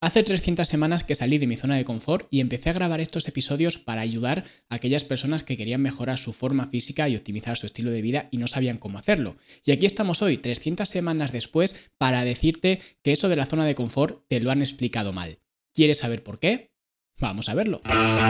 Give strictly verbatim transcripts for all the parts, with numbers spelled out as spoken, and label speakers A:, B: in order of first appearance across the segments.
A: Hace trescientas semanas que salí de mi zona de confort y empecé a grabar estos episodios para ayudar a aquellas personas que querían mejorar su forma física y optimizar su estilo de vida y no sabían cómo hacerlo. Y aquí estamos hoy, trescientas semanas después, para decirte que eso de la zona de confort te lo han explicado mal. ¿Quieres saber por qué? Vamos a verlo.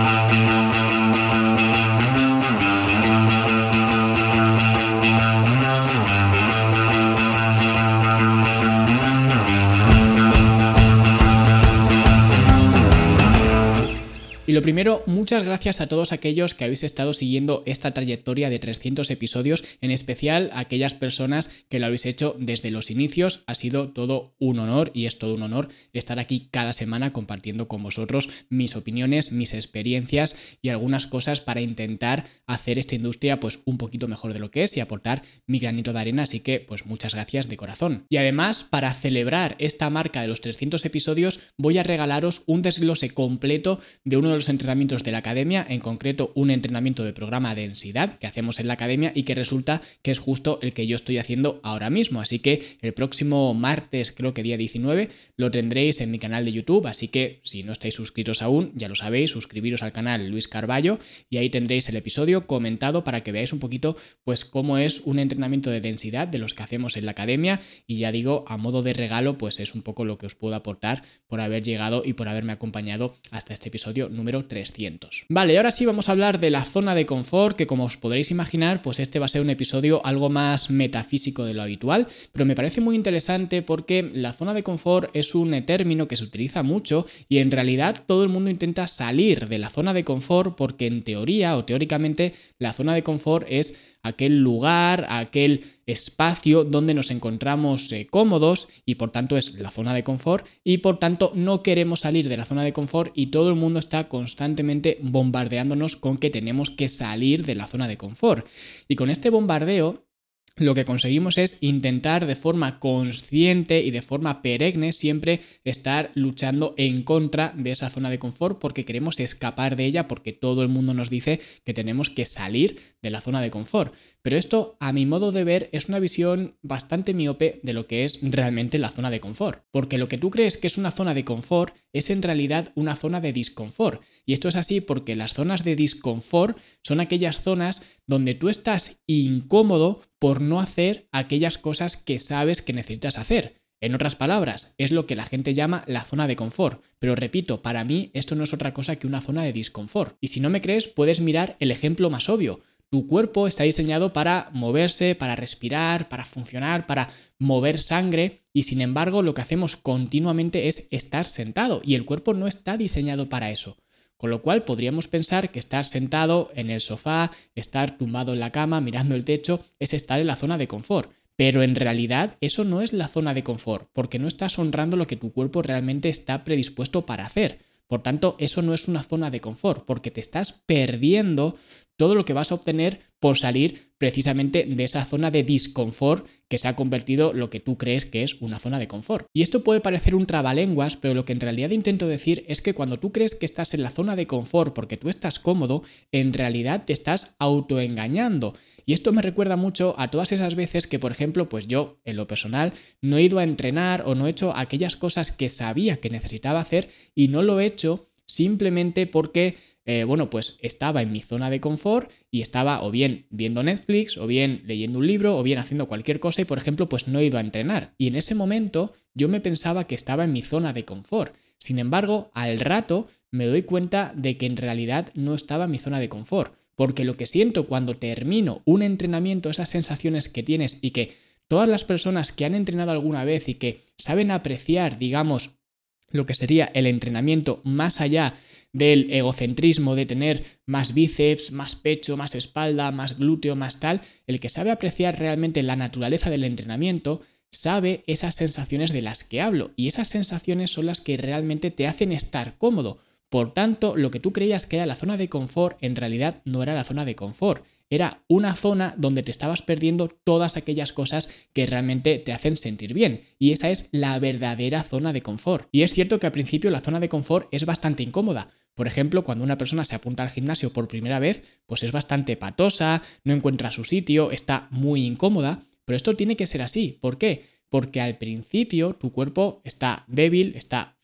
A: Y lo primero, muchas gracias a todos aquellos que habéis estado siguiendo esta trayectoria de trescientos episodios, en especial a aquellas personas que lo habéis hecho desde los inicios. Ha sido todo un honor y es todo un honor estar aquí cada semana compartiendo con vosotros mis opiniones, mis experiencias y algunas cosas para intentar hacer esta industria pues un poquito mejor de lo que es y aportar mi granito de arena. Así que pues muchas gracias de corazón. Y además, para celebrar esta marca de los trescientos episodios, voy a regalaros un desglose completo de uno de los entrenamientos de la academia, en concreto un entrenamiento de programa de densidad que hacemos en la academia y que resulta que es justo el que yo estoy haciendo ahora mismo. Así que el próximo martes, creo que día diecinueve, lo tendréis en mi canal de YouTube, así que si no estáis suscritos aún, ya lo sabéis, suscribiros al canal Luis Carballo y ahí tendréis el episodio comentado para que veáis un poquito pues cómo es un entrenamiento de densidad de los que hacemos en la academia. Y ya digo, a modo de regalo, pues es un poco lo que os puedo aportar por haber llegado y por haberme acompañado hasta este episodio número trescientos. Vale, ahora sí vamos a hablar de la zona de confort, que como os podréis imaginar, pues este va a ser un episodio algo más metafísico de lo habitual, pero me parece muy interesante porque la zona de confort es un término que se utiliza mucho y en realidad todo el mundo intenta salir de la zona de confort porque en teoría o teóricamente la zona de confort es aquel lugar, aquel espacio donde nos encontramos eh, cómodos y por tanto es la zona de confort y por tanto no queremos salir de la zona de confort y todo el mundo está constantemente bombardeándonos con que tenemos que salir de la zona de confort. Y con este bombardeo lo que conseguimos es intentar de forma consciente y de forma perenne siempre estar luchando en contra de esa zona de confort porque queremos escapar de ella, porque todo el mundo nos dice que tenemos que salir de la zona de confort. Pero esto, a mi modo de ver, es una visión bastante miope de lo que es realmente la zona de confort. Porque lo que tú crees que es una zona de confort es en realidad una zona de disconfort. Y esto es así porque las zonas de disconfort son aquellas zonas donde tú estás incómodo por no hacer aquellas cosas que sabes que necesitas hacer. En otras palabras, es lo que la gente llama la zona de confort. Pero repito, para mí esto no es otra cosa que una zona de disconfort. Y si no me crees, puedes mirar el ejemplo más obvio. Tu cuerpo está diseñado para moverse, para respirar, para funcionar, para mover sangre y sin embargo lo que hacemos continuamente es estar sentado y el cuerpo no está diseñado para eso. Con lo cual podríamos pensar que estar sentado en el sofá, estar tumbado en la cama, mirando el techo, es estar en la zona de confort. Pero en realidad eso no es la zona de confort, porque no estás honrando lo que tu cuerpo realmente está predispuesto para hacer. Por tanto, eso no es una zona de confort, porque te estás perdiendo todo lo que vas a obtener por salir precisamente de esa zona de disconfort que se ha convertido lo que tú crees que es una zona de confort. Y esto puede parecer un trabalenguas, pero lo que en realidad intento decir es que cuando tú crees que estás en la zona de confort porque tú estás cómodo, en realidad te estás autoengañando. Y esto me recuerda mucho a todas esas veces que, por ejemplo, pues yo, en lo personal, no he ido a entrenar o no he hecho aquellas cosas que sabía que necesitaba hacer y no lo he hecho simplemente porque Eh, bueno, pues estaba en mi zona de confort y estaba o bien viendo Netflix, o bien leyendo un libro, o bien haciendo cualquier cosa y, por ejemplo, pues no he ido a entrenar. Y en ese momento yo me pensaba que estaba en mi zona de confort. Sin embargo, al rato me doy cuenta de que en realidad no estaba en mi zona de confort. Porque lo que siento cuando termino un entrenamiento, esas sensaciones que tienes y que todas las personas que han entrenado alguna vez y que saben apreciar, digamos, lo que sería el entrenamiento más allá del egocentrismo de tener más bíceps, más pecho, más espalda, más glúteo, más tal, el que sabe apreciar realmente la naturaleza del entrenamiento, sabe esas sensaciones de las que hablo y esas sensaciones son las que realmente te hacen estar cómodo. Por tanto, lo que tú creías que era la zona de confort, en realidad no era la zona de confort. Era una zona donde te estabas perdiendo todas aquellas cosas que realmente te hacen sentir bien. Y esa es la verdadera zona de confort. Y es cierto que al principio la zona de confort es bastante incómoda. Por ejemplo, cuando una persona se apunta al gimnasio por primera vez, pues es bastante patosa, no encuentra su sitio, está muy incómoda. Pero esto tiene que ser así. ¿Por qué? Porque al principio tu cuerpo está débil, está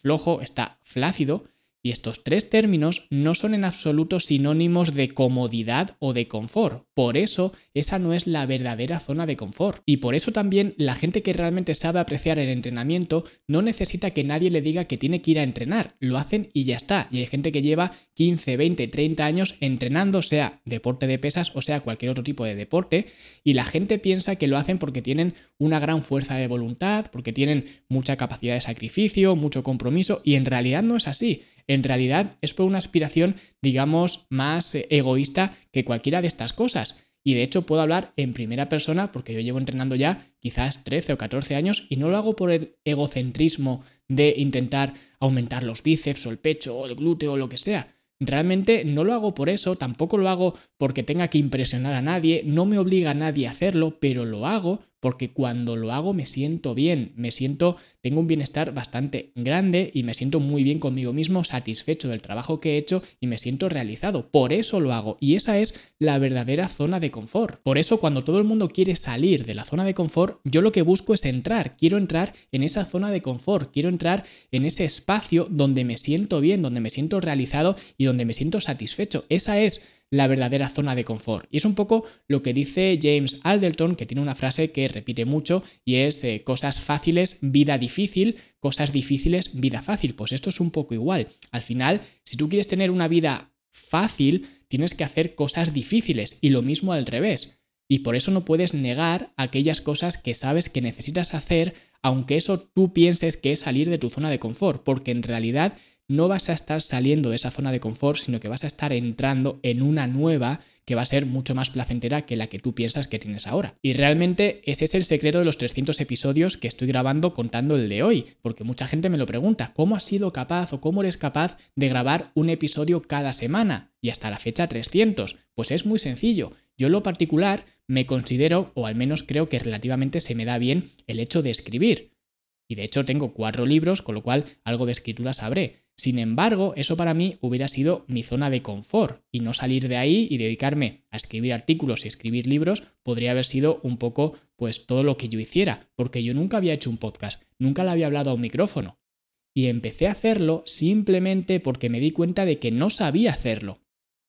A: flojo, está flácido. Y estos tres términos no son en absoluto sinónimos de comodidad o de confort. Por eso, esa no es la verdadera zona de confort. Y por eso también la gente que realmente sabe apreciar el entrenamiento no necesita que nadie le diga que tiene que ir a entrenar. Lo hacen y ya está. Y hay gente que lleva quince, veinte, treinta años entrenando, sea deporte de pesas o sea cualquier otro tipo de deporte. Y la gente piensa que lo hacen porque tienen una gran fuerza de voluntad, porque tienen mucha capacidad de sacrificio, mucho compromiso. Y en realidad no es así. En realidad es por una aspiración, digamos, más egoísta que cualquiera de estas cosas. Y de hecho puedo hablar en primera persona porque yo llevo entrenando ya quizás trece o catorce años y no lo hago por el egocentrismo de intentar aumentar los bíceps o el pecho o el glúteo o lo que sea. Realmente no lo hago por eso, tampoco lo hago porque tenga que impresionar a nadie, no me obliga a nadie a hacerlo, pero lo hago porque cuando lo hago me siento bien, me siento, tengo un bienestar bastante grande y me siento muy bien conmigo mismo, satisfecho del trabajo que he hecho y me siento realizado. Por eso lo hago y esa es la verdadera zona de confort. Por eso cuando todo el mundo quiere salir de la zona de confort, yo lo que busco es entrar, quiero entrar en esa zona de confort, quiero entrar en ese espacio donde me siento bien, donde me siento realizado y donde me siento satisfecho. Esa es la verdadera zona de confort. Y es un poco lo que dice James Alderton, que tiene una frase que repite mucho y es eh, cosas fáciles, vida difícil, cosas difíciles, vida fácil. Pues esto es un poco igual. Al final, si tú quieres tener una vida fácil, tienes que hacer cosas difíciles y lo mismo al revés. Y por eso no puedes negar aquellas cosas que sabes que necesitas hacer, aunque eso tú pienses que es salir de tu zona de confort, porque en realidad no vas a estar saliendo de esa zona de confort, sino que vas a estar entrando en una nueva que va a ser mucho más placentera que la que tú piensas que tienes ahora. Y realmente ese es el secreto de los trescientos episodios que estoy grabando contando el de hoy, porque mucha gente me lo pregunta, ¿cómo has sido capaz o cómo eres capaz de grabar un episodio cada semana? Y hasta la fecha trescientos. Pues es muy sencillo. Yo en lo particular me considero, o al menos creo que relativamente se me da bien el hecho de escribir. Y de hecho tengo cuatro libros, con lo cual algo de escritura sabré. Sin embargo, eso para mí hubiera sido mi zona de confort y no salir de ahí y dedicarme a escribir artículos y escribir libros podría haber sido un poco pues todo lo que yo hiciera, porque yo nunca había hecho un podcast, nunca le había hablado a un micrófono. Y empecé a hacerlo simplemente porque me di cuenta de que no sabía hacerlo.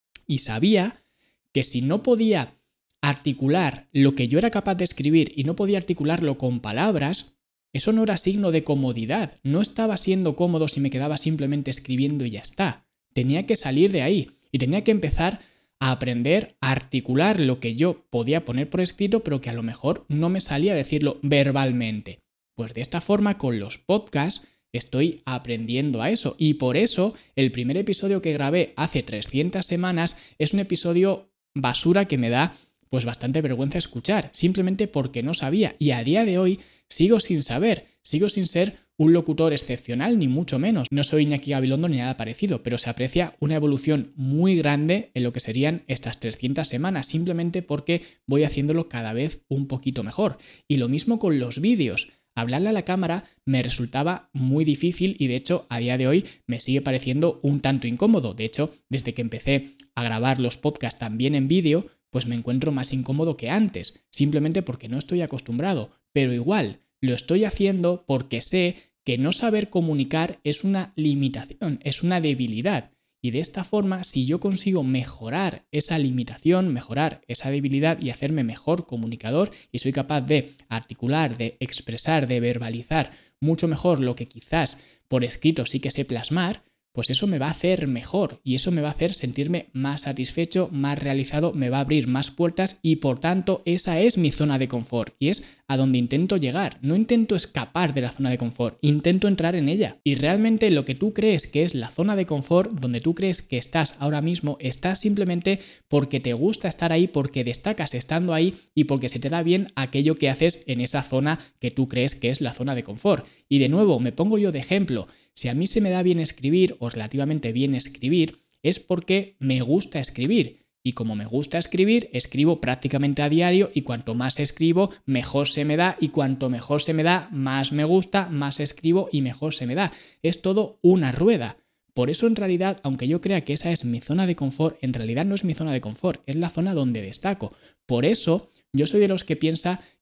A: Y sabía que si no podía articular lo que yo era capaz de escribir y no podía articularlo con palabras, eso no era signo de comodidad, no estaba siendo cómodo si me quedaba simplemente escribiendo y ya está. Tenía que salir de ahí y tenía que empezar a aprender a articular lo que yo podía poner por escrito, pero que a lo mejor no me salía a decirlo verbalmente. Pues de esta forma, con los podcasts, estoy aprendiendo a eso y por eso el primer episodio que grabé hace trescientas semanas es un episodio basura que me da pues bastante vergüenza escuchar, simplemente porque no sabía y a día de hoy sigo sin saber, sigo sin ser un locutor excepcional ni mucho menos. No soy Iñaki Gabilondo ni nada parecido, pero se aprecia una evolución muy grande en lo que serían estas trescientas semanas, simplemente porque voy haciéndolo cada vez un poquito mejor. Y lo mismo con los vídeos. Hablarle a la cámara me resultaba muy difícil y de hecho a día de hoy me sigue pareciendo un tanto incómodo. De hecho, desde que empecé a grabar los podcasts también en vídeo, pues me encuentro más incómodo que antes, simplemente porque no estoy acostumbrado. Pero igual, lo estoy haciendo porque sé que no saber comunicar es una limitación, es una debilidad. Y de esta forma, si yo consigo mejorar esa limitación, mejorar esa debilidad y hacerme mejor comunicador y soy capaz de articular, de expresar, de verbalizar mucho mejor lo que quizás por escrito sí que sé plasmar, pues eso me va a hacer mejor y eso me va a hacer sentirme más satisfecho, más realizado, me va a abrir más puertas y por tanto esa es mi zona de confort y es a donde intento llegar. No intento escapar de la zona de confort, intento entrar en ella. Y realmente lo que tú crees que es la zona de confort, donde tú crees que estás ahora mismo, estás simplemente porque te gusta estar ahí, porque destacas estando ahí y porque se te da bien aquello que haces en esa zona que tú crees que es la zona de confort. Y de nuevo, me pongo yo de ejemplo. Si a mí se me da bien escribir o relativamente bien escribir, es porque me gusta escribir. Y como me gusta escribir, escribo prácticamente a diario y cuanto más escribo, mejor se me da y cuanto mejor se me da, más me gusta, más escribo y mejor se me da. Es todo una rueda. Por eso en realidad, aunque yo crea que esa es mi zona de confort, en realidad no es mi zona de confort, es la zona donde destaco. Por eso yo soy de los que piensa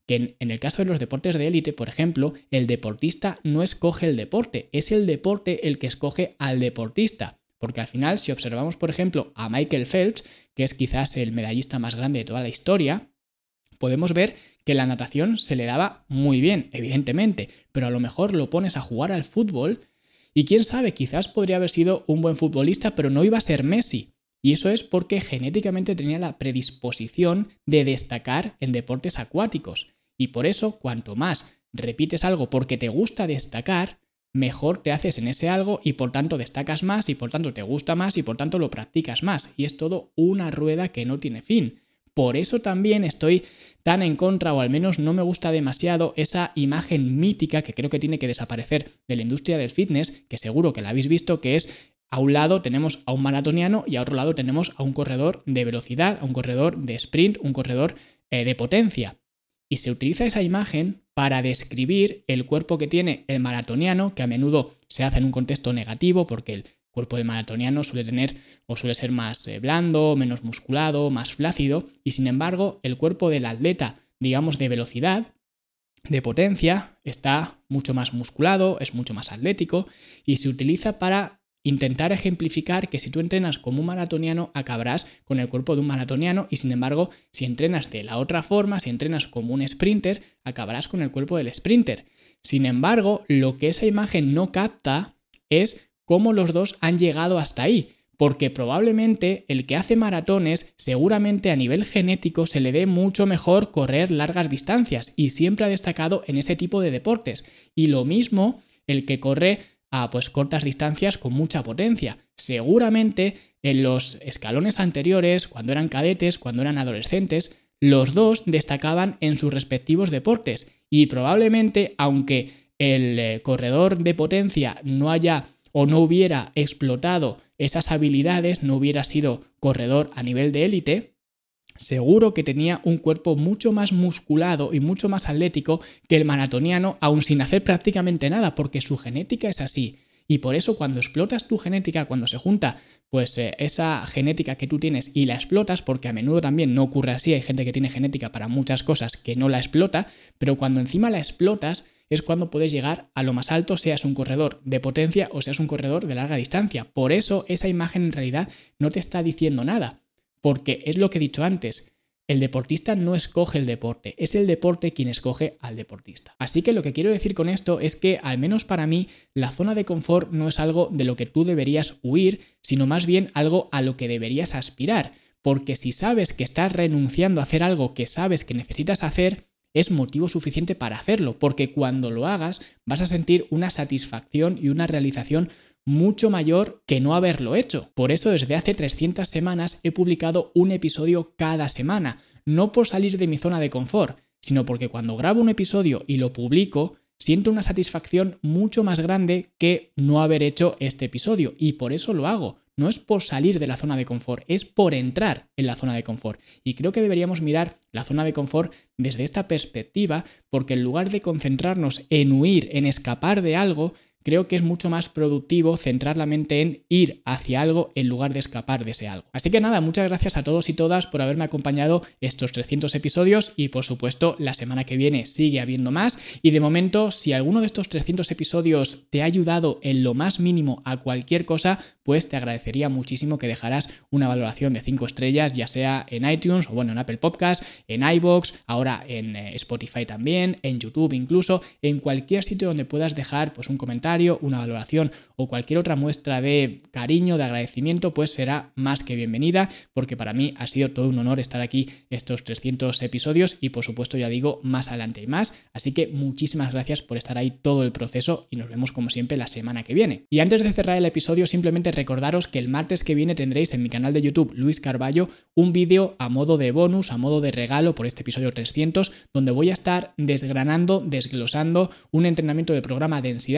A: que en, en el caso de los deportes de élite, por ejemplo, el deportista no escoge el deporte, es el deporte el que escoge al deportista. Porque al final, si observamos, por ejemplo, a Michael Phelps, que es quizás el medallista más grande de toda la historia, podemos ver que la natación se le daba muy bien, evidentemente, pero a lo mejor lo pones a jugar al fútbol y quién sabe, quizás podría haber sido un buen futbolista, pero no iba a ser Messi. Y eso es porque genéticamente tenía la predisposición de destacar en deportes acuáticos. Y por eso, cuanto más repites algo porque te gusta destacar, mejor te haces en ese algo y por tanto destacas más y por tanto te gusta más y por tanto lo practicas más. Y es todo una rueda que no tiene fin. Por eso también estoy tan en contra, o al menos no me gusta demasiado, esa imagen mítica que creo que tiene que desaparecer de la industria del fitness, que seguro que la habéis visto, que es a un lado tenemos a un maratoniano y a otro lado tenemos a un corredor de velocidad, a un corredor de sprint, un corredor eh, de potencia. Y se utiliza esa imagen para describir el cuerpo que tiene el maratoniano, que a menudo se hace en un contexto negativo porque el cuerpo del maratoniano suele tener o suele ser más eh, blando, menos musculado, más flácido, y sin embargo el cuerpo del atleta, digamos de velocidad, de potencia, está mucho más musculado, es mucho más atlético y se utiliza para intentar ejemplificar que si tú entrenas como un maratoniano acabarás con el cuerpo de un maratoniano y sin embargo si entrenas de la otra forma, si entrenas como un sprinter, acabarás con el cuerpo del sprinter. Sin embargo, lo que esa imagen no capta es cómo los dos han llegado hasta ahí, porque probablemente el que hace maratones seguramente a nivel genético se le dé mucho mejor correr largas distancias y siempre ha destacado en ese tipo de deportes. Y lo mismo el que corre a pues cortas distancias con mucha potencia. Seguramente en los escalones anteriores, cuando eran cadetes, cuando eran adolescentes, los dos destacaban en sus respectivos deportes y probablemente aunque el eh, corredor de potencia no haya o no hubiera explotado esas habilidades, no hubiera sido corredor a nivel de élite, seguro que tenía un cuerpo mucho más musculado y mucho más atlético que el maratoniano, aun sin hacer prácticamente nada, porque su genética es así. Y por eso cuando explotas tu genética, cuando se junta pues eh, esa genética que tú tienes y la explotas, porque a menudo también no ocurre así, hay gente que tiene genética para muchas cosas que no la explota, pero cuando encima la explotas es cuando puedes llegar a lo más alto, seas un corredor de potencia o seas un corredor de larga distancia. Por eso esa imagen en realidad no te está diciendo nada. Porque es lo que he dicho antes, el deportista no escoge el deporte, es el deporte quien escoge al deportista. Así que lo que quiero decir con esto es que, al menos para mí, la zona de confort no es algo de lo que tú deberías huir, sino más bien algo a lo que deberías aspirar. Porque si sabes que estás renunciando a hacer algo que sabes que necesitas hacer, es motivo suficiente para hacerlo, porque cuando lo hagas vas a sentir una satisfacción y una realización mucho mayor que no haberlo hecho. Por eso desde hace trescientas semanas he publicado un episodio cada semana, no por salir de mi zona de confort, sino porque cuando grabo un episodio y lo publico, siento una satisfacción mucho más grande que no haber hecho este episodio y por eso lo hago. No es por salir de la zona de confort, es por entrar en la zona de confort. Y creo que deberíamos mirar la zona de confort desde esta perspectiva, porque en lugar de concentrarnos en huir, en escapar de algo, creo que es mucho más productivo centrar la mente en ir hacia algo en lugar de escapar de ese algo. Así que nada, muchas gracias a todos y todas por haberme acompañado estos trescientos episodios y por supuesto la semana que viene sigue habiendo más y de momento si alguno de estos trescientos episodios te ha ayudado en lo más mínimo a cualquier cosa, pues te agradecería muchísimo que dejaras una valoración de cinco estrellas, ya sea en iTunes o bueno, en Apple Podcast, en iVoox, ahora en eh, Spotify también, en YouTube incluso, en cualquier sitio donde puedas dejar pues un comentario, una valoración o cualquier otra muestra de cariño, de agradecimiento, pues será más que bienvenida, porque para mí ha sido todo un honor estar aquí estos trescientos episodios y por supuesto ya digo, más adelante y más, así que muchísimas gracias por estar ahí todo el proceso y nos vemos como siempre la semana que viene. Y antes de cerrar el episodio, simplemente recordaros que el martes que viene tendréis en mi canal de YouTube, Luis Carballo, un vídeo a modo de bonus, a modo de regalo por este episodio trescientos, donde voy a estar desgranando, desglosando un entrenamiento de programa densidad que sé que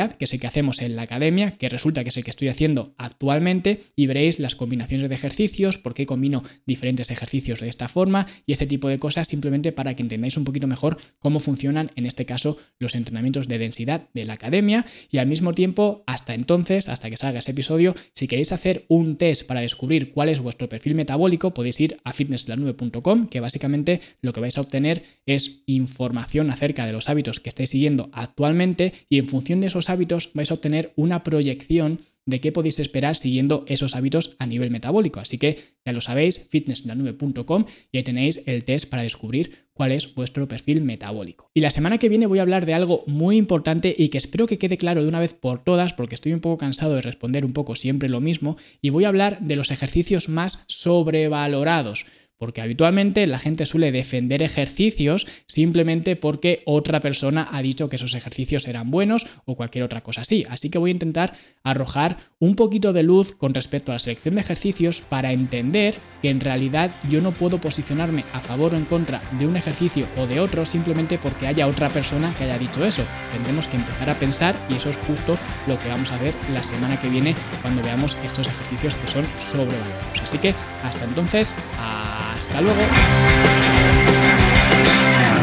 A: que hacemos en la academia, que resulta que es el que estoy haciendo actualmente, y veréis las combinaciones de ejercicios, por qué combino diferentes ejercicios de esta forma y ese tipo de cosas, simplemente para que entendáis un poquito mejor cómo funcionan en este caso los entrenamientos de densidad de la academia. Y al mismo tiempo, hasta entonces, hasta que salga ese episodio, si queréis hacer un test para descubrir cuál es vuestro perfil metabólico, podéis ir a fitness en la nube punto com, que básicamente lo que vais a obtener es información acerca de los hábitos que estáis siguiendo actualmente, y en función de esos hábitos vais a obtener una proyección de qué podéis esperar siguiendo esos hábitos a nivel metabólico. Así que ya lo sabéis, fitness en la nube punto com, y ahí tenéis el test para descubrir cuál es vuestro perfil metabólico. Y la semana que viene voy a hablar de algo muy importante y que espero que quede claro de una vez por todas, porque estoy un poco cansado de responder un poco siempre lo mismo, y voy a hablar de los ejercicios más sobrevalorados. Porque habitualmente la gente suele defender ejercicios simplemente porque otra persona ha dicho que esos ejercicios eran buenos o cualquier otra cosa así. Así que voy a intentar arrojar un poquito de luz con respecto a la selección de ejercicios para entender que en realidad yo no puedo posicionarme a favor o en contra de un ejercicio o de otro simplemente porque haya otra persona que haya dicho eso. Tendremos que empezar a pensar, y eso es justo lo que vamos a ver la semana que viene cuando veamos estos ejercicios que son sobrevalorados. Así que hasta entonces, hasta luego.